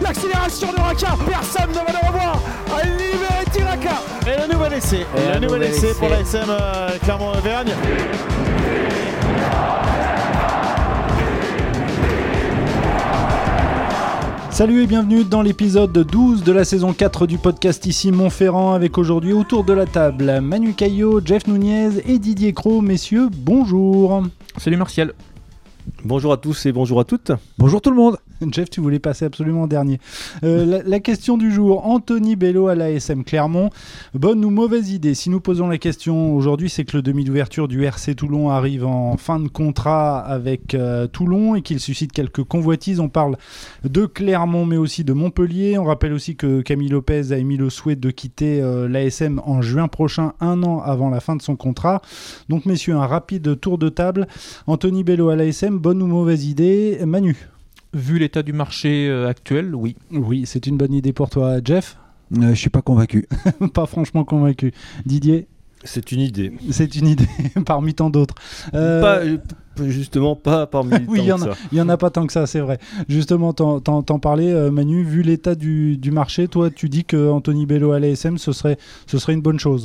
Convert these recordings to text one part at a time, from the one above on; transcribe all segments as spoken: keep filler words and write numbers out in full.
l'accélération de Raka, personne ne va le revoir. Liberty Raka. Et le nouvel essai, et le nouvel essai pour l'A S M euh, Clermont-Auvergne. Salut et bienvenue dans l'épisode douze de la saison quatre du podcast Ici Montferrand, avec aujourd'hui autour de la table Manu Caillot, Jeff Nunez et Didier Cros. Messieurs, bonjour. Salut Martial. Bonjour à tous et bonjour à toutes. Bonjour tout le monde. Jeff, tu voulais passer absolument en dernier. Euh, la, la question du jour, Anthony Bello à l'A S M Clermont. Bonne ou mauvaise idée? Si nous posons la question aujourd'hui, c'est que le demi d'ouverture du R C Toulon arrive en fin de contrat avec euh, Toulon et qu'il suscite quelques convoitises. On parle de Clermont mais aussi de Montpellier. On rappelle aussi que Camille Lopez a émis le souhait de quitter euh, l'A S M en juin prochain, un an avant la fin de son contrat. Donc messieurs, un rapide tour de table. Anthony Bello à l'A S M, bonne ou mauvaise idée? Manu? Vu l'état du marché euh, actuel, oui. Oui, c'est une bonne idée pour toi. Jeff? euh, Je ne suis pas convaincu. Pas franchement convaincu. Didier? C'est une idée. C'est une idée parmi tant d'autres. Euh... Pas, justement, pas parmi oui, tant y en que a, ça. Il n'y en a pas tant que ça, c'est vrai. Justement, t'en, t'en, t'en parlais, euh, Manu, vu l'état du, du marché, toi, tu dis que Anthony Bello à l'A S M, ce serait, ce serait une bonne chose.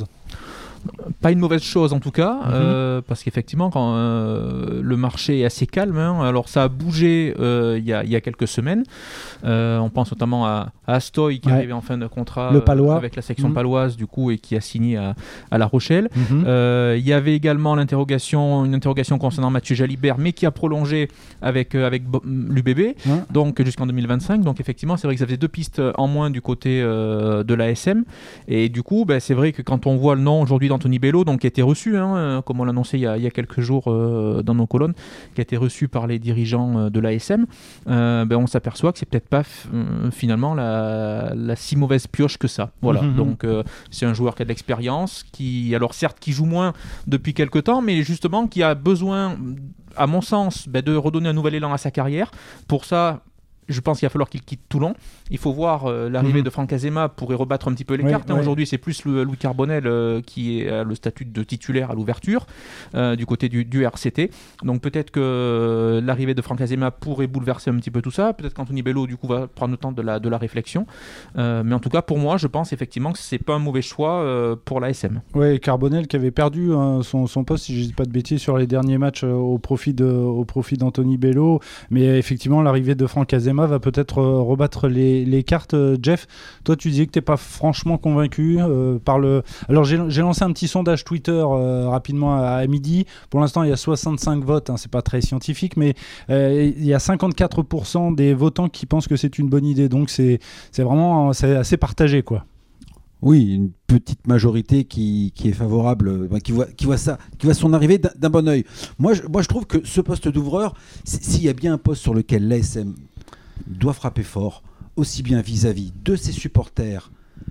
Pas une mauvaise chose en tout cas, Mm-hmm. euh, parce qu'effectivement quand euh, le marché est assez calme, hein, alors ça a bougé euh, il y, a, y a quelques semaines, euh, on pense notamment à, à Astoy qui ouais. arrivait en fin de contrat Le Palois. euh, avec la section Mm-hmm. paloise du coup et qui a signé à, à La Rochelle. Il Mm-hmm. euh, y avait également l'interrogation, une interrogation concernant Mathieu Jalibert, mais qui a prolongé avec, euh, avec l'U B B, ouais. donc jusqu'en deux mille vingt-cinq, donc effectivement c'est vrai que ça faisait deux pistes en moins du côté euh, de l'A S M, et du coup ben, c'est vrai que quand on voit le nom aujourd'hui d'Anthony Bello, donc qui a été reçu, hein, comme on l'a annoncé il y a, il y a quelques jours euh, dans nos colonnes, qui a été reçu par les dirigeants euh, de l'A S M, euh, ben, on s'aperçoit que c'est peut-être pas f- euh, finalement la, la si mauvaise pioche que ça. Voilà. Mm-hmm. Donc euh, c'est un joueur qui a de l'expérience, qui, alors certes, qui joue moins depuis quelques temps, mais justement qui a besoin, à mon sens, ben, de redonner un nouvel élan à sa carrière. Pour ça, je pense qu'il va falloir qu'il quitte Toulon. Il faut voir euh, l'arrivée mmh. de Franck Azema pourrait rebattre un petit peu les oui, cartes. Hein. oui. Aujourd'hui, c'est plus le, Louis Carbonel euh, qui est, a le statut de titulaire à l'ouverture euh, du côté du, du R C T. Donc peut-être que euh, l'arrivée de Franck Azema pourrait bouleverser un petit peu tout ça. Peut-être qu'Anthony Bello, du coup, va prendre le temps de la, de la réflexion. Euh, mais en tout cas, pour moi, je pense effectivement que c'est pas un mauvais choix euh, pour l'A S M. Oui, Carbonel qui avait perdu hein, son, son poste, si je ne dis pas de bêtises, sur les derniers matchs euh, au profit de, au profit d'Anthony Bello. Mais effectivement, l'arrivée de Franck Azema va peut-être euh, rebattre les, les cartes. Jeff, toi tu disais que tu n'es pas franchement convaincu euh, par le... Alors j'ai, j'ai lancé un petit sondage Twitter euh, rapidement à, à midi. Pour l'instant il y a soixante-cinq votes, hein, c'est pas très scientifique, mais euh, il y a cinquante-quatre pour cent des votants qui pensent que c'est une bonne idée. Donc c'est, c'est vraiment c'est assez partagé, quoi. Oui, une petite majorité qui, qui est favorable, qui voit, qui voit ça, qui voit son arrivée d'un, d'un bon oeil. Moi je, moi je trouve que ce poste d'ouvreur, s'il y a bien un poste sur lequel l'A S M doit frapper fort, aussi bien vis-à-vis de ses supporters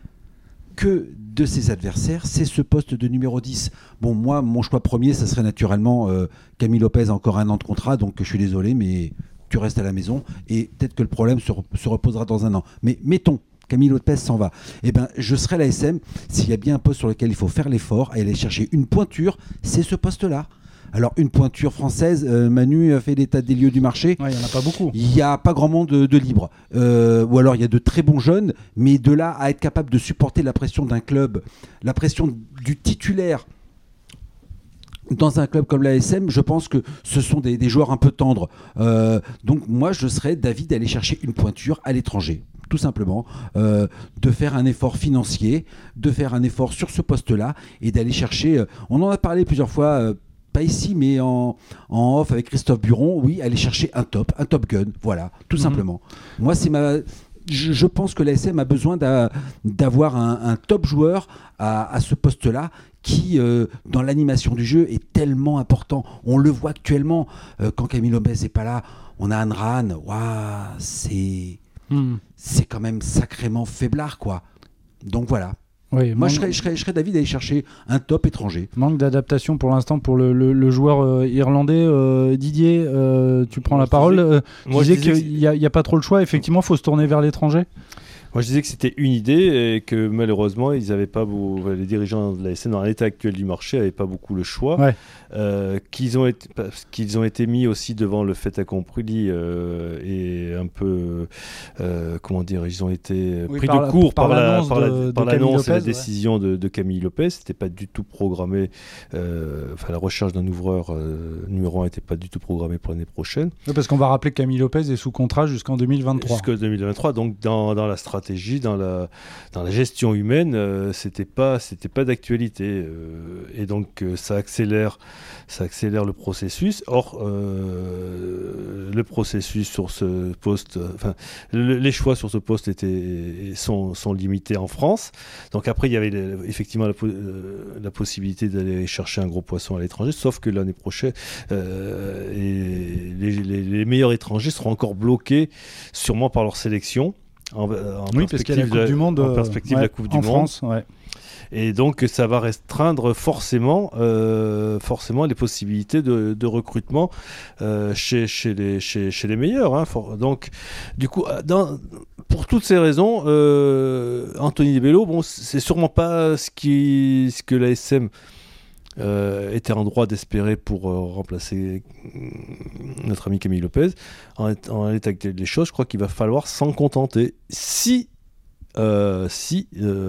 que de ses adversaires, c'est ce poste de numéro dix. Bon, moi, mon choix premier, ça serait naturellement euh, Camille Lopez a encore un an de contrat, donc je suis désolé, mais tu restes à la maison et peut-être que le problème se, re- se reposera dans un an. Mais mettons, Camille Lopez s'en va. Eh ben, je serai l'A S M, s'il y a bien un poste sur lequel il faut faire l'effort et aller chercher une pointure, c'est ce poste-là. Alors, une pointure française, euh, Manu a fait l'état des lieux du marché. Ouais, il n'y en a pas beaucoup. Il n'y a pas grand monde de, de libre. Euh, ou alors, il y a de très bons jeunes, mais de là à être capable de supporter la pression d'un club, la pression du titulaire dans un club comme l'A S M, je pense que ce sont des, des joueurs un peu tendres. Euh, donc, moi, je serais d'avis d'aller chercher une pointure à l'étranger. Tout simplement, euh, de faire un effort financier, de faire un effort sur ce poste-là et d'aller chercher... Euh, on en a parlé plusieurs fois... Euh, pas ici, mais en, en off avec Christophe Buron, oui, aller chercher un top, un top gun, voilà, tout mmh. simplement. Moi, c'est ma... Je, je pense que l'A S M a besoin d'a, d'avoir un, un top joueur à, à ce poste-là qui, euh, dans l'animation du jeu, est tellement important. On le voit actuellement, euh, quand Camille Lopez n'est pas là, on a Anran, waouh, c'est... Mmh. c'est quand même sacrément faiblard, quoi. Donc voilà. Oui, Moi, manque, je serais, je, serais, je serais d'avis d'aller chercher un top étranger. manque d'adaptation pour l'instant pour le, le, le joueur euh, irlandais. Euh, Didier, euh, tu prends Moi, la je parole. disais- Euh, tu moi, je disais disais que qu'il n'y a, il y a pas trop le choix. Effectivement, il faut se tourner vers l'étranger. Moi, je disais que c'était une idée et que malheureusement, ils avaient pas beau... les dirigeants de la S M dans l'état actuel du marché n'avaient pas beaucoup le choix. Ouais. Euh, qu'ils ont été parce qu'ils ont été mis aussi devant le fait accompli euh, et un peu euh, comment dire, ils ont été Oui, pris par de la- court par par, la, l'annonce par, la- de- par de Camille l'annonce et la Lopez, ouais. décision de, de Camille Lopez. C'était pas du tout programmé. Euh, enfin, la recherche d'un ouvreur euh, numéro un n'était pas du tout programmée pour l'année prochaine. Oui, parce qu'on va rappeler que Camille Lopez est sous contrat jusqu'en deux mille vingt-trois. Jusqu'en deux mille vingt-trois, donc dans, dans la stratégie, dans la, dans la gestion humaine, euh, c'était pas, c'était pas d'actualité. euh, et donc euh, ça accélère, ça accélère le processus. Or, euh, le processus sur ce poste, euh, enfin, le- les choix sur ce poste étaient, sont, sont limités en France. Donc après, il y avait le- effectivement la, po- euh, la possibilité d'aller chercher un gros poisson à l'étranger, sauf que l'année prochaine, euh, et les, les- les meilleurs étrangers seront encore bloqués, sûrement par leur sélection. En, en Oui, parce qu'il y a la perspective Coupe de- du Monde. en euh, perspective de ouais, la Coupe du en Monde. France, ouais. Et donc, ça va restreindre forcément, euh, forcément les possibilités de, de recrutement euh, chez, chez, les, chez, chez les meilleurs. Hein, for- donc, du coup, dans, pour toutes ces raisons, euh, Anthony Bello, bon, c'est sûrement pas ce, qui, ce que la S M euh, était en droit d'espérer pour euh, remplacer euh, notre ami Camille Lopez. En, en l'état actuel des choses, je crois qu'il va falloir s'en contenter. Si Euh, si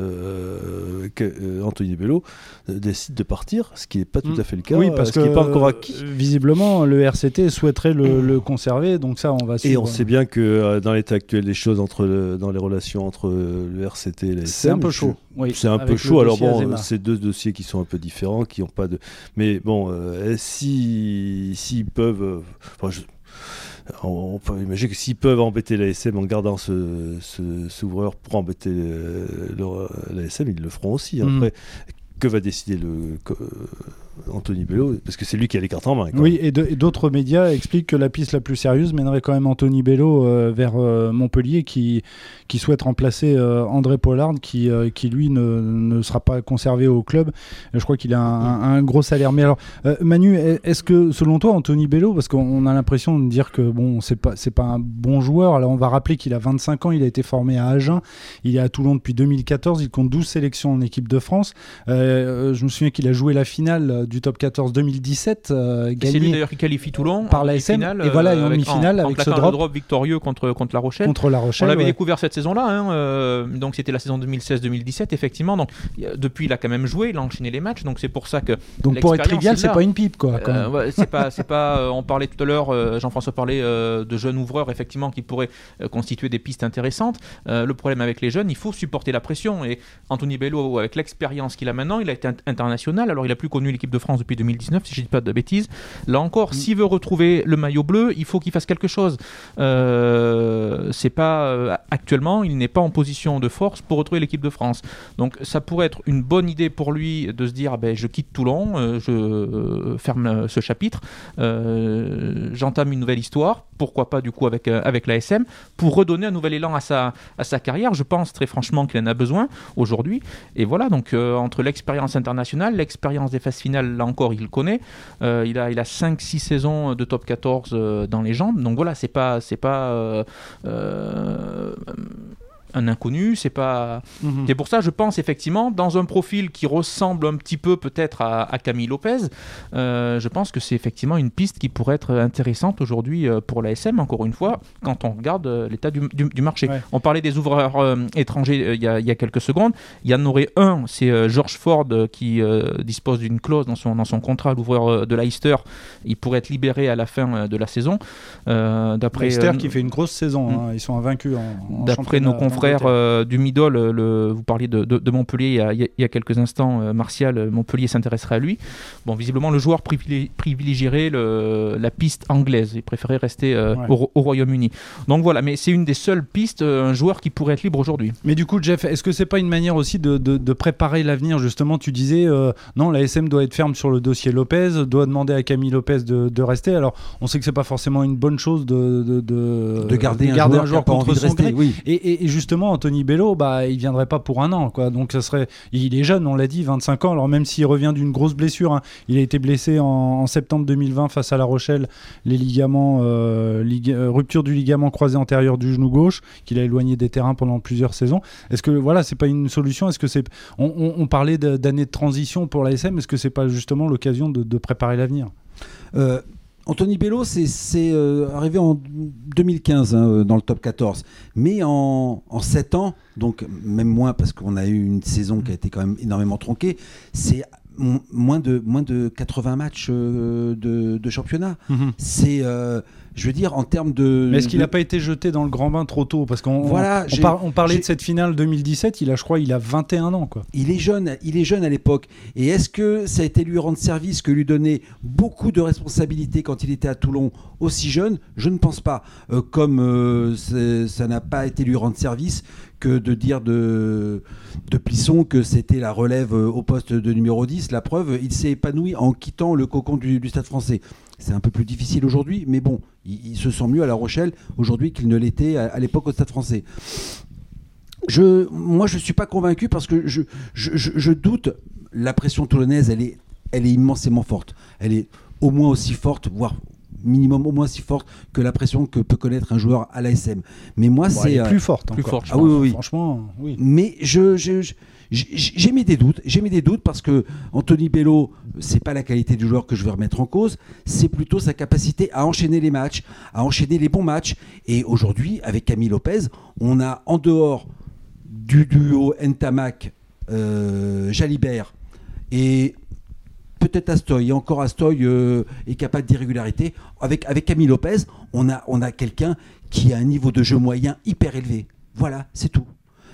euh, que, euh, Anthony Bello euh, décide de partir, ce qui n'est pas tout à fait le cas, Oui, parce ce qui que n'est pas encore acquis. euh, visiblement, le R C T souhaiterait le, le conserver, donc ça, on va Et suivre. on sait bien que euh, dans l'état actuel des choses, entre le- dans les relations entre euh, le R C T et la S M, C'est un peu je- chaud. Oui, C'est un avec peu le chaud. Alors dossier bon, Azema. c'est deux dossiers qui sont un peu différents, qui n'ont pas de. Mais bon, euh, si s'ils peuvent, euh, enfin, je- on, on peut imaginer que s'ils peuvent embêter la S M en gardant ce, ce, ce ouvreur pour embêter euh, leur- la S M, ils le feront aussi. Mhm. Après, que va décider le que- Anthony Bello, parce que c'est lui qui a les cartes en main. quand Oui, même. et, de- et d'autres médias expliquent que la piste la plus sérieuse mènerait quand même Anthony Bello euh, vers euh, Montpellier, qui, qui souhaite remplacer euh, André Pollard, qui, euh, qui lui ne, ne sera pas conservé au club. Je crois qu'il a un, un- un gros salaire. Mais alors, euh, Manu, est-ce que selon toi, Anthony Bello, parce qu'on a l'impression de dire que bon, c'est pas, c'est pas un bon joueur. Alors, on va rappeler qu'il a vingt-cinq ans, il a été formé à Agen, il est à Toulon depuis deux mille quatorze, il compte douze sélections en équipe de France. Euh, je me souviens qu'il a joué la finale du top quatorze deux mille dix-sept, euh, C'est lui gagné d'ailleurs qui qualifie Toulon par en la S M, demi-finale, et voilà, et en euh, avec- demi-finale en- en avec ce claquant drop. le drop victorieux contre, contre La Rochelle. contre La On Rochelle. l'avait ouais. découvert cette saison-là, hein, euh, donc c'était la saison deux mille seize deux mille dix-sept, effectivement. Donc y a- depuis, il a quand même joué, il a enchaîné les matchs, donc c'est pour ça que. Donc pour être l'expérience, trivial, il c'est l'a. pas une pipe, quoi. quand Euh, même. ouais, c'est pas, c'est pas. euh, on parlait tout à l'heure, euh, Jean-François parlait euh, de jeunes ouvreurs, effectivement, qui pourraient euh, constituer des pistes intéressantes. Euh, le problème avec les jeunes, il faut supporter la pression. Et Anthony Bello, avec l'expérience qu'il a maintenant, il a été int- international. Alors, il a plus connu l'équipe de France depuis deux mille dix-neuf, si je dis pas de bêtises. Là encore, s'il veut retrouver le maillot bleu, il faut qu'il fasse quelque chose. Euh, c'est pas euh, actuellement, il n'est pas en position de force pour retrouver l'équipe de France. Donc, ça pourrait être une bonne idée pour lui de se dire, ah ben, je quitte Toulon, euh, je euh, ferme euh, ce chapitre, euh, j'entame une nouvelle histoire. Pourquoi pas du coup avec euh, avec la S M pour redonner un nouvel élan à sa à sa carrière. Je pense très franchement qu'il en a besoin aujourd'hui. Et voilà, donc euh, entre l'expérience internationale, l'expérience des phases finales, là encore, il le connaît. Euh, il a il a cinq six saisons de top quatorze euh, dans les jambes. Donc voilà, c'est pas c'est pas euh, euh, un inconnu, c'est pas. Mhm. C'est pour ça, je pense effectivement, dans un profil qui ressemble un petit peu peut-être à, à Camille Lopez, euh, je pense que c'est effectivement une piste qui pourrait être intéressante aujourd'hui euh, pour la S M, encore une fois, quand on regarde euh, l'état du, du- du marché. Ouais. On parlait des ouvreurs euh, étrangers euh, il y, a- il y a quelques secondes. Il y en aurait un, c'est euh, George Ford euh, qui euh, dispose d'une clause dans son, dans son contrat, l'ouvreur euh, de Leicester. Il pourrait être libéré à la fin euh, de la saison. Euh, d'après Leicester euh, qui fait une grosse saison, hein. Ils sont invaincus en, en D'après championnat nos confrères d'Angleterre. euh, du Middle, euh, le, vous parliez de, de- de Montpellier il y a, il y a- il y a quelques instants, euh, Martial, euh, Montpellier s'intéresserait à lui. Bon, visiblement, le joueur privilé- privilégierait le- la piste anglaise. Il préférait rester euh, Ouais. au, au Royaume-Uni. Donc voilà, mais c'est une des seules pistes, euh, un joueur qui pourrait être libre aujourd'hui. Mais du coup, Jeff, est-ce que c'est pas une manière aussi de, de- de préparer l'avenir? Justement, tu disais, euh, non, la S M doit être ferme sur le dossier Lopez, doit demander à Camille Lopez de, de rester. Alors, on sait que c'est pas forcément une bonne chose de, de, de, de garder, de un garder joueur, qui a pas contre envie de son rester. gré. Oui. Et, et- et justement, justement, Anthony Bello, bah, il viendrait pas pour un an, quoi. Donc ça serait, il est jeune, on l'a dit, vingt-cinq ans. Alors même s'il revient d'une grosse blessure, hein, il a été blessé en, en septembre deux mille vingt face à La Rochelle, les ligaments, euh, lig- euh, rupture du ligament croisé antérieur du genou gauche, qu'il a éloigné des terrains pendant plusieurs saisons. Est-ce que voilà, c'est pas une solution? Est-ce que c'est, on, on, on parlait de, d'années de transition pour l'A S M. Est-ce que c'est pas justement l'occasion de, de préparer l'avenir? Euh, Anthony Bello, c'est, c'est euh, arrivé en deux mille quinze hein, dans le top quatorze. Mais en, en sept ans, donc même moins parce qu'on a eu une saison qui a été quand même énormément tronquée, c'est m- moins, de, moins de quatre-vingts matchs euh, de, de championnat. Mm-hmm. C'est, euh, je veux dire, en termes de... Mais est-ce qu'il de... n'a pas été jeté dans le grand bain trop tôt? Parce qu'on Voilà, on, on, par, on parlait j'ai... de cette finale deux mille dix-sept, il a, je crois, il a vingt et un ans, quoi. Il est jeune, il est jeune à l'époque. Et est-ce que ça a été lui rendre service que lui donner beaucoup de responsabilités quand il était à Toulon aussi jeune? Je ne pense pas. Euh, comme euh, ça n'a pas été lui rendre service que de dire de, de Plisson que c'était la relève au poste de numéro dix. La preuve, il s'est épanoui en quittant le cocon du, du Stade français. C'est un peu plus difficile aujourd'hui, mais bon, il, il se sent mieux à La Rochelle aujourd'hui qu'il ne l'était à, à l'époque au Stade français. Je, moi, je ne suis pas convaincu parce que je, je, je, je doute. La pression toulonnaise, elle est, elle est immensément forte. Elle est au moins aussi forte, voire minimum au moins aussi forte que la pression que peut connaître un joueur à l'A S M. Mais moi, Bon, c'est elle est euh, plus forte. plus encore. forte, je ah oui, oui, oui. Franchement, oui. Mais je, je, je j'ai, j'ai mis des doutes. J'ai mis des doutes parce que Anthony Bello, c'est pas la qualité du joueur que je veux remettre en cause. C'est plutôt sa capacité à enchaîner les matchs, à enchaîner les bons matchs. Et aujourd'hui, avec Camille Lopez, on a en dehors du duo Ntamak, euh, Jalibert et peut-être Astoy, et encore Astoy euh, est capable d'irrégularité. Avec, avec Camille Lopez, on a, on a quelqu'un qui a un niveau de jeu moyen hyper élevé. Voilà, c'est tout.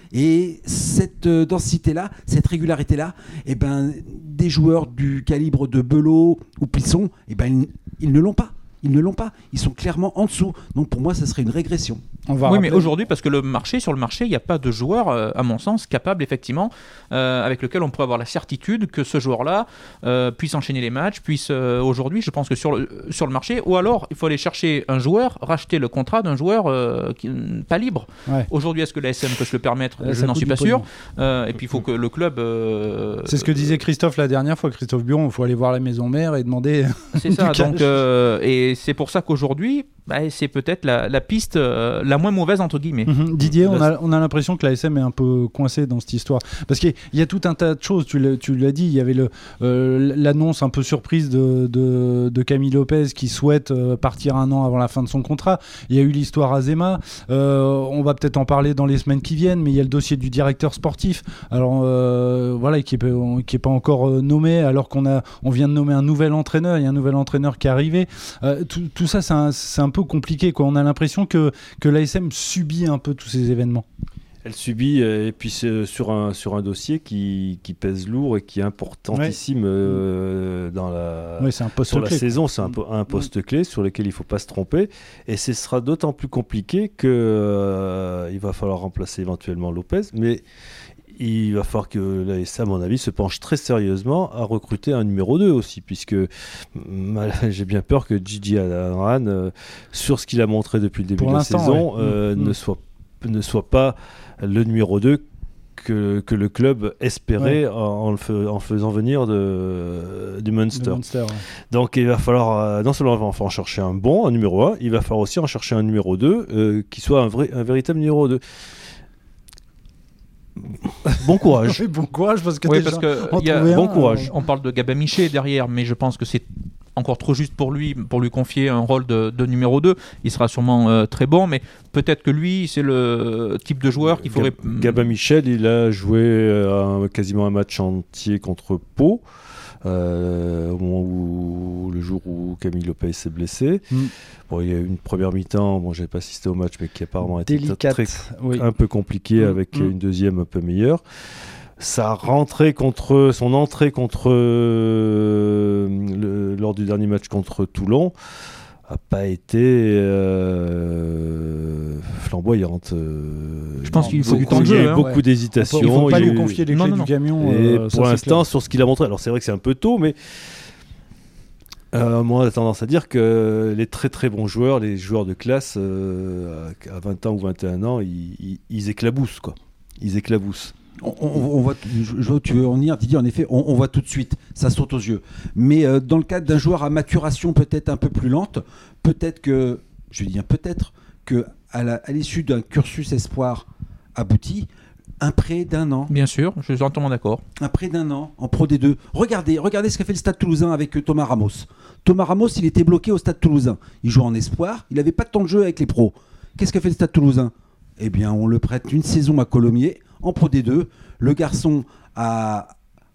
Et cette euh, densité-là, cette régularité-là, eh ben, des joueurs du calibre de Belot ou Plisson, eh ben, ils, ils ne l'ont pas. Ils ne l'ont pas. Ils sont clairement en dessous. Donc pour moi, ça serait une régression. On va oui, rappeler... mais aujourd'hui, parce que le marché, sur le marché, il n'y a pas de joueur, euh, à mon sens, capable, effectivement, euh, avec lequel on pourrait avoir la certitude que ce joueur-là euh, puisse enchaîner les matchs, puisse, euh, aujourd'hui, je pense que sur le, sur le marché, ou alors, il faut aller chercher un joueur, racheter le contrat d'un joueur euh, qui, pas libre. Ouais. Aujourd'hui, est-ce que la S M peut se le permettre? Euh, Je n'en suis pas sûr. Pognon. Euh, et puis, il faut que le club... Euh, C'est ce que disait Christophe la dernière fois, Christophe Buron. Il faut aller voir la maison mère et demander... C'est ça, donc, euh, et c'est pour ça qu'aujourd'hui, bah, c'est peut-être la, la piste euh, la moins mauvaise, entre guillemets. Mmh. Didier, on a, on a l'impression que la S M est un peu coincée dans cette histoire. Parce qu'il y a tout un tas de choses, tu l'as, tu l'as dit, il y avait le, euh, l'annonce un peu surprise de, de, de Camille Lopez qui souhaite euh, partir un an avant la fin de son contrat. Il y a eu l'histoire Azema, euh, on va peut-être en parler dans les semaines qui viennent, mais il y a le dossier du directeur sportif, alors euh, voilà, qui n'est qui est pas encore euh, nommé, alors qu'on a, on vient de nommer un nouvel entraîneur, il y a un nouvel entraîneur qui est arrivé. Euh, tout, tout ça, c'est un, c'est un peu compliqué, quoi. On a l'impression que, que l'A S M subit un peu tous ces événements. Elle subit, euh, et puis c'est sur un, sur un dossier qui, qui pèse lourd et qui est importantissime ouais. euh, dans la, ouais, c'est un poste sur clé, la saison. Quoi. C'est un, un poste mmh. clé sur lequel il ne faut pas se tromper. Et ce sera d'autant plus compliqué qu'il euh, va falloir remplacer éventuellement Lopez. Mais il va falloir que l'A S M, à mon avis, se penche très sérieusement à recruter un numéro deux aussi, puisque mal, j'ai bien peur que Gigi Adamran, euh, sur ce qu'il a montré depuis le début Pour de la saison, ouais. euh, mmh. ne, soit, ne soit pas le numéro deux que, que le club espérait ouais. en, en, le fe, en faisant venir de, du Munster. Munster ouais. Donc il va falloir, euh, non seulement il va en chercher un bon, un numéro un, il va falloir aussi en chercher un numéro deux euh, qui soit un, vrai, un véritable numéro deux. Bon courage. Oui, bon courage parce que, oui, parce que y a, un, bon courage. On parle de Gabin Michet derrière, mais je pense que c'est encore trop juste pour lui, pour lui confier un rôle de, de numéro deux. Il sera sûrement euh, très bon, mais peut-être que lui, c'est le type de joueur qu'il faudrait... Gab- Gabin Michel, il a joué euh, quasiment un match entier contre Pau. Euh, au moment où le jour où Camille Lopez s'est blessé. Mm. Bon, il y a eu une première mi-temps, bon, j'ai pas assisté au match, mais qui apparemment a été très, oui. un peu compliqué mm. avec mm. une deuxième un peu meilleure. Sa rentrée contre, son entrée contre euh, le, lors du dernier match contre Toulon a pas été euh, flamboyante. Euh, je pense qu'il faut beaucoup, du temps de jeu. Il y a eu hein, beaucoup ouais. d'hésitations. Il ne faut pas lui confier les clés non, non, du non. camion. Et euh, pour l'instant, sur ce qu'il a montré, alors c'est vrai que c'est un peu tôt, mais Euh, moi, on a tendance à dire que les très très bons joueurs, les joueurs de classe, euh, à vingt ans ou vingt et un ans, ils, ils, ils éclaboussent, quoi. Ils éclaboussent. On, on, on voit, je, je vois où tu veux en venir, Didier, en effet, on, on voit tout de suite, ça saute aux yeux. Mais euh, dans le cadre d'un joueur à maturation peut-être un peu plus lente, peut-être que, je dis bien peut-être, que à, la, à l'issue d'un cursus espoir abouti, un prêt d'un an. Bien sûr, je suis entièrement d'accord. Un prêt d'un an en Pro D deux. Regardez, regardez ce qu'a fait le Stade Toulousain avec euh, Thomas Ramos. Thomas Ramos, il était bloqué au Stade Toulousain. Il jouait en espoir, il n'avait pas de temps de jeu avec les pros. Qu'est-ce qu'a fait le Stade Toulousain ? Eh bien, on le prête une saison à Colomiers en Pro D deux. Le garçon a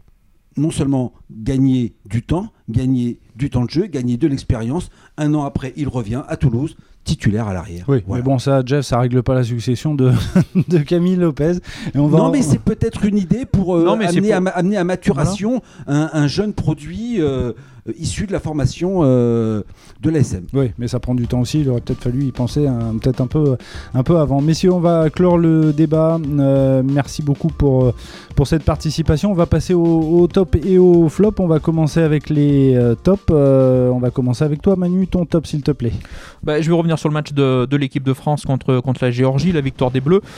non seulement gagné du temps, gagné du temps de jeu, gagné de l'expérience. Un an après, il revient à Toulouse, titulaire à l'arrière. Oui, voilà. Mais bon, ça, Jeff, ça règle pas la succession de, de Camille Lopez. Et on va non, en... mais c'est peut-être une idée pour euh, non, mais amener, pour... À, amener à maturation voilà. un, un jeune produit euh, issu de la formation euh, de l'A S M. Oui, mais ça prend du temps aussi. Il aurait peut-être fallu y penser un, peut-être un peu, un peu avant. Messieurs, on va clore le débat. Euh, merci beaucoup pour, pour cette participation. On va passer au, au top et au flop. On va commencer avec les euh, tops. Euh, on va commencer avec toi, Manu. Ton top, s'il te plaît. Bah, je vais revenir sur le match de, de l'équipe de France contre, contre la Géorgie, la victoire des Bleus.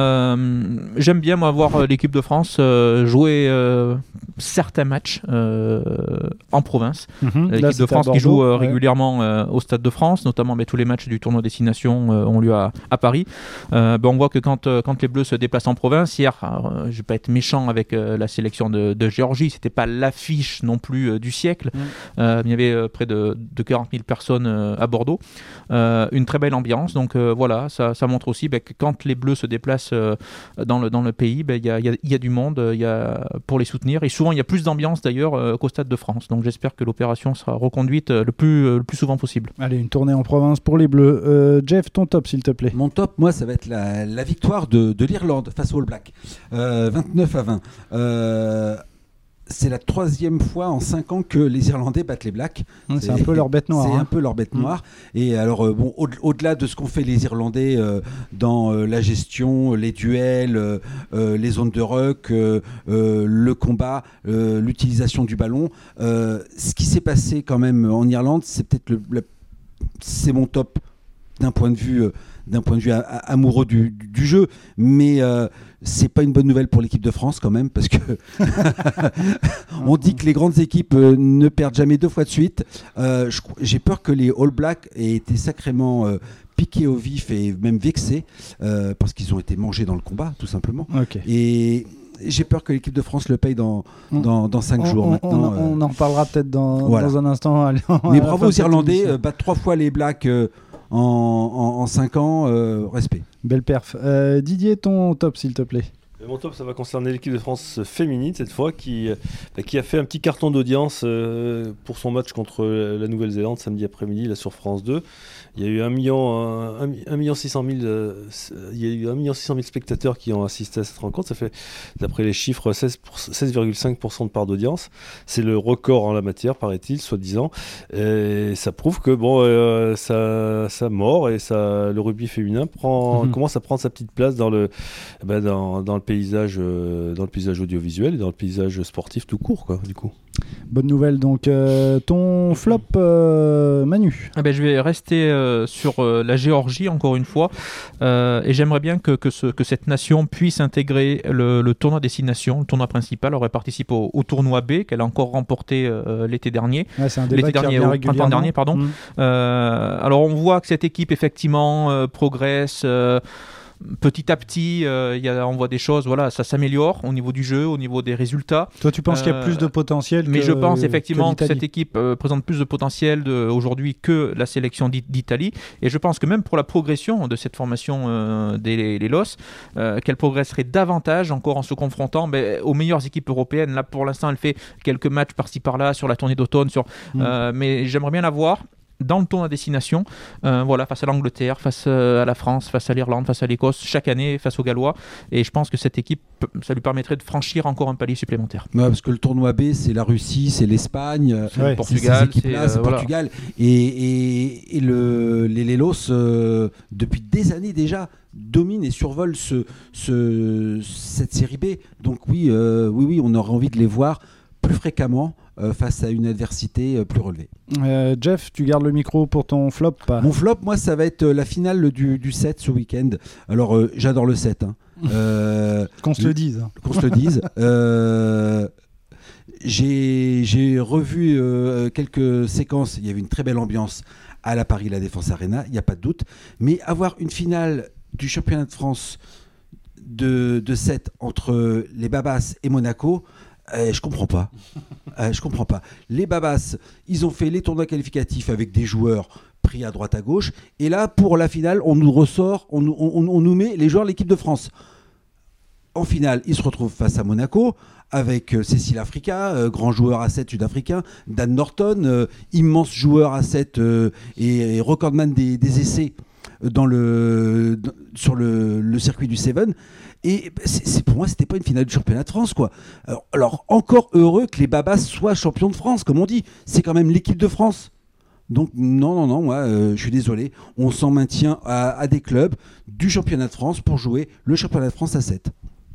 Euh, j'aime bien moi, voir l'équipe de France euh, jouer euh, certains matchs euh, en province. Mmh, l'équipe là, de France Bordeaux, qui joue euh, ouais. régulièrement euh, au Stade de France, notamment bah, tous les matchs du tournoi Destination euh, ont lieu à, à Paris. Euh, bah, on voit que quand, euh, quand les Bleus se déplacent en province, hier, euh, je ne vais pas être méchant avec euh, la sélection de, de Géorgie, c'était pas l'affiche non plus euh, du siècle. Mmh. Euh, il y avait euh, près de, de quarante mille personnes euh, à Bordeaux. Euh, une très belle ambiance, donc euh, voilà, ça, ça montre aussi bah, que quand les Bleus se déplacent euh, dans, le, dans le pays, il bah, y, a, y, a, y a du monde y a, pour les soutenir, et souvent il y a plus d'ambiance d'ailleurs euh, qu'au Stade de France, donc j'espère que l'opération sera reconduite euh, le, plus, euh, le plus souvent possible. Allez, une tournée en province pour les Bleus. Euh, Jeff, ton top s'il te plaît. Mon top, moi, ça va être la, la victoire de, de l'Irlande face aux All Blacks, euh, vingt-neuf à vingt. Euh, c'est la troisième fois en cinq ans que les Irlandais battent les Blacks. C'est, c'est un peu leur bête noire. C'est hein. un peu leur bête noire. Mmh. Et alors, euh, bon, au- au-delà de ce qu'ont fait les Irlandais euh, dans euh, la gestion, les duels, euh, euh, les zones de ruck, euh, euh, le combat, euh, l'utilisation du ballon, euh, ce qui s'est passé quand même en Irlande, c'est peut-être le, le, c'est mon top d'un point de vue. Euh, d'un point de vue a- a- amoureux du, du, du jeu, mais euh, c'est pas une bonne nouvelle pour l'équipe de France quand même, parce que on dit que les grandes équipes euh, ne perdent jamais deux fois de suite. Euh, je, j'ai peur que les All Blacks aient été sacrément euh, piqués au vif et même vexés, euh, parce qu'ils ont été mangés dans le combat, tout simplement. Okay. Et j'ai peur que l'équipe de France le paye dans, dans, dans cinq on, jours on, maintenant. On, on en reparlera peut-être dans, voilà. dans un instant. Allez, mais bravo aux Irlandais, euh, battre trois fois les Blacks euh, en, en, en cinq ans, euh, respect. Belle perf. Euh, Didier, ton top s'il te plaît. Et mon top, ça va concerner l'équipe de France féminine cette fois, qui, bah, qui a fait un petit carton d'audience euh, pour son match contre la Nouvelle-Zélande samedi après-midi là, sur France deux. Il y a eu un million, un million six cent mille, euh, il y a eu un million six cent mille spectateurs qui ont assisté à cette rencontre. Ça fait, d'après les chiffres, seize virgule cinq pour cent de part d'audience. C'est le record en la matière, paraît-il, soi-disant. Et ça prouve que bon, euh, ça, ça mord et ça, le rugby féminin prend, mmh. commence à prendre sa petite place dans le, ben, dans, dans le paysage, euh, dans le paysage audiovisuel et dans le paysage sportif tout court, quoi, du coup. Bonne nouvelle. Donc, euh, ton flop, euh, Manu. Ah ben, je vais rester euh, sur euh, la Géorgie encore une fois, euh, et j'aimerais bien que, que, ce, que cette nation puisse intégrer le, le tournoi Destination, le tournoi principal. Elle participe au, au tournoi B qu'elle a encore remporté euh, l'été dernier. Ouais, c'est un débat l'été qui dernier, revient au printemps dernier, pardon. Mmh. Euh, alors on voit que cette équipe effectivement euh, progresse. Euh, Petit à petit, euh, y a, on voit des choses, voilà, ça s'améliore au niveau du jeu, au niveau des résultats. Toi, tu penses euh, qu'il y a plus de potentiel Mais que, je pense effectivement que, que cette équipe euh, présente plus de potentiel de, aujourd'hui que la sélection d'Italie. Et je pense que même pour la progression de cette formation euh, des les L O S, euh, qu'elle progresserait davantage encore en se confrontant ben, aux meilleures équipes européennes. Là, pour l'instant, elle fait quelques matchs par-ci par-là sur la tournée d'automne, sur, mmh. euh, mais j'aimerais bien la voir dans le tournoi à destination, euh, voilà, face à l'Angleterre, face à la France, face à l'Irlande, face à l'Écosse, chaque année face aux Gallois. Et je pense que cette équipe, ça lui permettrait de franchir encore un palier supplémentaire. Ouais, parce que le tournoi B, c'est la Russie, c'est l'Espagne, c'est ouais, le Portugal, c'est, c'est, c'est voilà. Portugal. Et, et, et le, les Lelos, euh, depuis des années déjà, dominent et survolent ce, ce, cette série B. Donc oui, euh, oui, oui, on aurait envie de les voir plus fréquemment euh, face à une adversité euh, plus relevée. Euh, Jeff, tu gardes le micro pour ton flop. Mon flop, moi, ça va être la finale du, du sept ce week-end. Alors, euh, j'adore le sept. Hein. Euh, qu'on se le dise. Qu'on se le dise. Euh, j'ai, j'ai revu euh, quelques séquences. Il y avait une très belle ambiance à la Paris La Défense Arena, il n'y a pas de doute. Mais avoir une finale du championnat de France de, de sept entre les Babas et Monaco, euh, je comprends pas. Euh, je comprends pas. Les Babas, ils ont fait les tournois qualificatifs avec des joueurs pris à droite à gauche. Et là, pour la finale, on nous ressort, on, on, on, on nous met les joueurs de l'équipe de France. En finale, il se retrouve face à Monaco avec euh, Cécile Africa, euh, grand joueur à sept sud-africain, Dan Norton, euh, immense joueur à sept euh, et, et recordman des, des essais dans le, dans, sur le, le circuit du Seven. Et c'est, c'est, pour moi, c'était pas une finale du championnat de France, quoi. Alors, alors, encore heureux que les Babas soient champions de France, comme on dit. C'est quand même l'équipe de France. Donc non, non, non, moi, euh, je suis désolé. On s'en maintient à, à des clubs du championnat de France pour jouer le championnat de France à sept.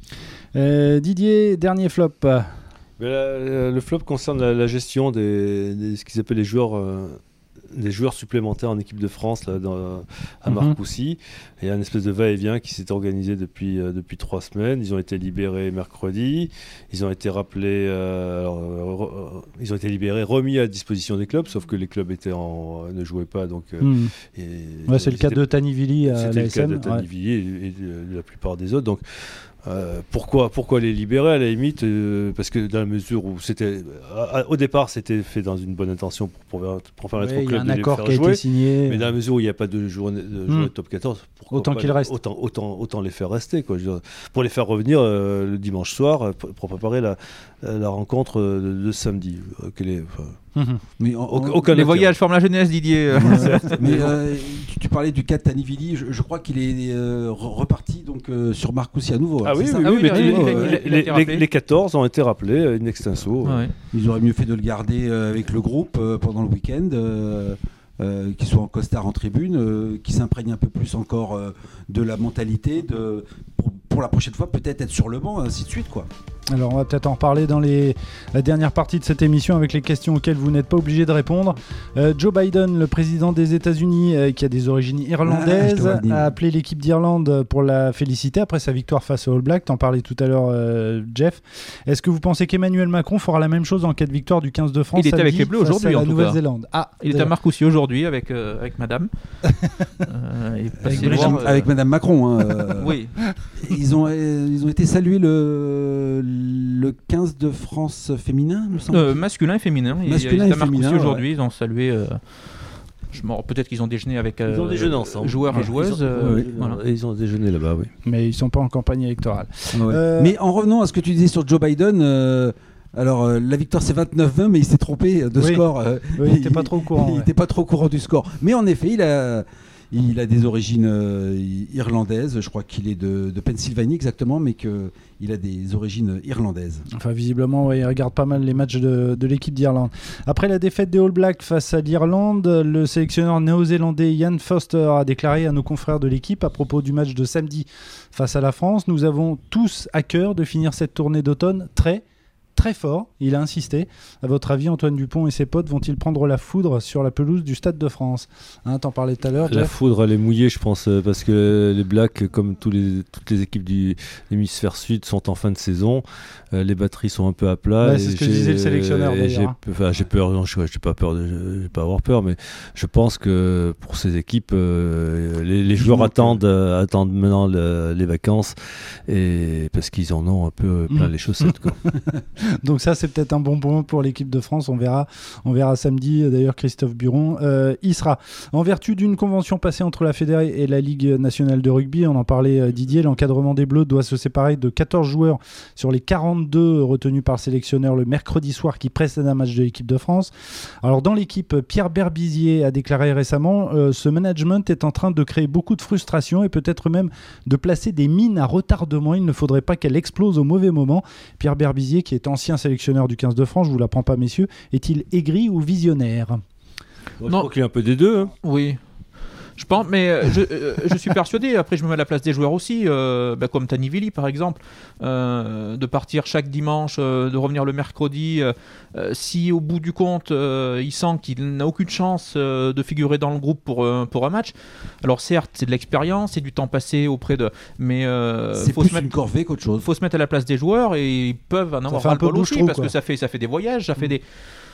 Euh, Didier, dernier flop. Mais la, le flop concerne la, la gestion des, des ce qu'ils appellent les joueurs, euh, des joueurs supplémentaires en équipe de France là, dans, à Marcoussis. Mm-hmm. Il y a une espèce de va-et-vient qui s'est organisé depuis, euh, depuis trois semaines. Ils ont été libérés mercredi. Ils ont été rappelés, euh, alors, euh, ils ont été libérés, remis à disposition des clubs, sauf que les clubs étaient en, ne jouaient pas. Donc, euh, mm. et, ouais, c'est le cas de Tanivili à C'était l'A S M. le cas de Tanivili ouais. et, et de, de la plupart des autres. Donc, Euh, pourquoi, pourquoi les libérer à la limite euh, parce que dans la mesure où c'était à, à, au départ c'était fait dans une bonne intention pour, pour, pour permettre ouais, au club de les faire jouer, qui a été signé. Mais dans la mesure où il n'y a pas de journée de, mmh. de top quatorze, autant qu'ils restent, autant, autant, autant les faire rester quoi. Je veux dire, pour les faire revenir euh, le dimanche soir pour préparer la, la rencontre de, de samedi. Euh, quelle est, enfin, Mmh. Mais en, en, aucun les voyages forment la jeunesse, Didier. Mais euh, tu, tu parlais du cas de Tanivili, je, je crois qu'il est euh, reparti donc euh, sur Marcoussis à nouveau. Ah oui, ça oui, ah oui, oui, mais oui, les, oui, les, oui, les, les, les quatorze ont été rappelés in extenso. Ah ouais. Ils auraient mieux fait de le garder euh, avec le groupe euh, pendant le week-end. Euh, Euh, qui soit en costard en tribune, euh, qui s'imprègne un peu plus encore euh, de la mentalité, de, pour, pour la prochaine fois peut-être être sur le banc, ainsi de suite, quoi. Alors on va peut-être en reparler dans les, la dernière partie de cette émission avec les questions auxquelles vous n'êtes pas obligé de répondre. Euh, Joe Biden, le président des États-Unis, euh, qui a des origines irlandaises, ah, a appelé l'équipe d'Irlande pour la féliciter après sa victoire face aux All Blacks. T'en parlais tout à l'heure, euh, Jeff. Est-ce que vous pensez qu'Emmanuel Macron fera la même chose en cas de victoire du quinze de France? Il était avec les Bleus aujourd'hui, en tout Nouvelle-Zélande. Ah, il était à Marcoussis aujourd'hui avec euh, avec Madame. euh, avec, voir, euh... avec Madame Macron. Hein, euh, oui. Ils ont euh, ils ont été salués le le quinze de France féminin, me semble. Euh, masculin et féminin. Masculin ils et féminin. Aujourd'hui, ouais. Ils ont salué. Euh... Peut-être qu'ils ont déjeuné avec euh, ils ont déjeuné ensemble. joueurs et joueuses. Ils ont, euh, oui, voilà. Ils ont déjeuné là-bas, oui. Mais ils sont pas en campagne électorale. Ouais. Euh... Mais en revenant à ce que tu disais sur Joe Biden. Euh... Alors, euh, la victoire, c'est vingt-neuf vingt, mais il s'est trompé de oui. score. Euh, oui, il n'était pas trop au courant. Il n'était ouais. pas trop au courant du score. Mais en effet, il a, il a des origines euh, irlandaises. Je crois qu'il est de, de Pennsylvanie exactement, mais qu'il a des origines irlandaises. Enfin, visiblement, ouais, il regarde pas mal les matchs de, de l'équipe d'Irlande. Après la défaite des All Blacks face à l'Irlande, le sélectionneur néo-zélandais Ian Foster a déclaré à nos confrères de l'équipe à propos du match de samedi face à la France: nous avons tous à cœur de finir cette tournée d'automne très très fort. Il a insisté. À votre avis, Antoine Dupont et ses potes vont-ils prendre la foudre sur la pelouse du Stade de France? Hein, t'en parlais tout à l'heure. La Jeff. foudre, elle est mouillée, je pense, parce que les Blacks, comme tous les, toutes les équipes du l'hémisphère sud, sont en fin de saison. Euh, les batteries sont un peu à plat. Ouais, c'est ce que disait le sélectionneur. J'ai, hein. enfin, j'ai peur. Non, je n'ai pas peur de, je vais pas avoir peur, mais je pense que pour ces équipes, euh, les, les joueurs attendent, euh, attendent maintenant le, les vacances, et parce qu'ils en ont un peu plein mmh. les chaussettes, quoi. Donc ça, c'est peut-être un bon point pour l'équipe de France. On verra, on verra samedi. D'ailleurs, Christophe Buron euh, y sera. En vertu d'une convention passée entre la Fédé et la Ligue nationale de rugby, on en parlait, euh, Didier, l'encadrement des Bleus doit se séparer de quatorze joueurs sur les quarante-deux retenus par le sélectionneur le mercredi soir qui précède un match de l'équipe de France. Alors dans l'équipe, Pierre Berbizier a déclaré récemment euh, ce management est en train de créer beaucoup de frustration et peut-être même de placer des mines à retardement. Il ne faudrait pas qu'elle explose au mauvais moment. Pierre Berbizier, qui est ancien sélectionneur du quinze de France, je vous l'apprends pas, messieurs, est-il aigri ou visionnaire? bon, Je crois qu'il y a un peu des deux. Hein. Oui. Je pense, mais euh, je, euh, je suis persuadé, après je me mets à la place des joueurs aussi, euh, bah, comme Tanivili par exemple, euh, de partir chaque dimanche, euh, de revenir le mercredi, euh, euh, si au bout du compte euh, il sent qu'il n'a aucune chance euh, de figurer dans le groupe pour, euh, pour un match, alors certes c'est de l'expérience, c'est du temps passé auprès de... Mais euh, c'est faut plus se mettre, une corvée qu'autre chose. faut se mettre à la place des joueurs et ils peuvent en avoir fait un ras-le-bol peu aussi, bouche-trou, parce quoi. que ça fait, ça fait des voyages, ça fait des...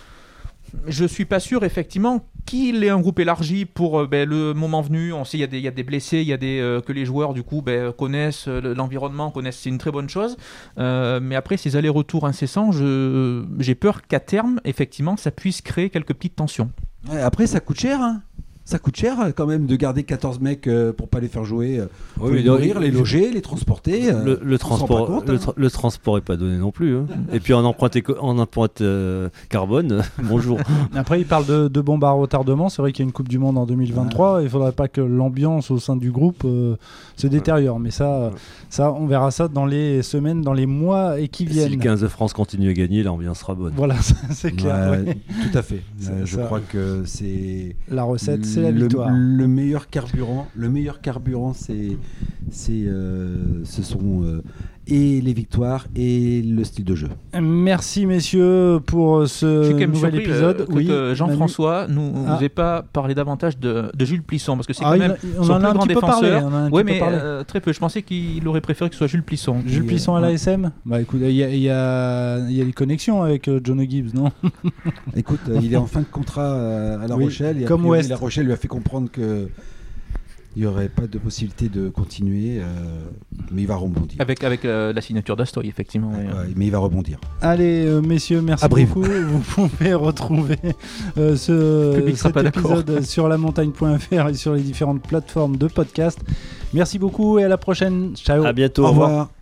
Je suis pas sûr effectivement qu'il ait un groupe élargi pour euh, ben, le moment venu. On sait il y a des il y a des blessés, il y a des euh, que les joueurs du coup ben, connaissent euh, l'environnement, connaissent, c'est une très bonne chose. Euh, mais après ces allers-retours incessants, je j'ai peur qu'à terme effectivement ça puisse créer quelques petites tensions. Ouais, après, ça coûte cher, hein. Ça coûte cher euh, quand même de garder quatorze mecs euh, pour pas les faire jouer, euh, Oui, faut mais les non, nourrir, il- les loger, les transporter. euh, Le, le on s'en rend transport, pas compte, le, hein. tra- le transport est pas donné non plus. Hein. Et puis en empreinte, éco- en empreinte euh, carbone, bonjour. Après, il parle de, de bombes à retardement. C'est vrai qu'il y a une Coupe du Monde en deux mille vingt-trois. Il faudrait pas que l'ambiance au sein du groupe euh, se détériore. Mais ça, ça, on verra ça dans les semaines, dans les mois et qui Si viennent. le quinze de France continue à gagner, l'ambiance sera bonne. Voilà, c'est clair. Ouais, ouais. Tout à fait. C'est Euh, je ça. crois que c'est La recette, c'est la le, victoire. le meilleur carburant. Le meilleur carburant, c'est, c'est, euh, ce sont euh, et les victoires et le style de jeu. Merci messieurs pour Je ce suis quand même nouvel surpris épisode. euh, que, oui, que Jean-François nous, Ah. nous ait pas parlé davantage de, de Jules Plisson, parce que c'est Ah, quand il- même on son en a plus un grand petit peu parlé. défenseur. on en a un Oui, petit peu mais parlé. euh, très peu. Je pensais qu'il aurait préféré que ce soit Jules Plisson. Jules qui, Plisson euh, à ouais. l'A S M. Bah écoute, il y, a- il y a, il y a des connexions avec euh, John Gibbs, non? Écoute, euh, il est en fin de contrat euh, à La Oui, Rochelle. Et a comme priori, West. La Rochelle lui a fait comprendre que il n'y aurait pas de possibilité de continuer, euh, mais il va rebondir. Avec, avec euh, la signature d'Astoy, effectivement. ouais. Ouais, mais il va rebondir. Allez, euh, messieurs, merci À Brive. beaucoup. Vous pouvez retrouver euh, ce, Le public sera cet pas d'accord. épisode sur la montagne point f r et sur les différentes plateformes de podcast. Merci beaucoup et à la prochaine. Ciao. À bientôt. Au au revoir. revoir.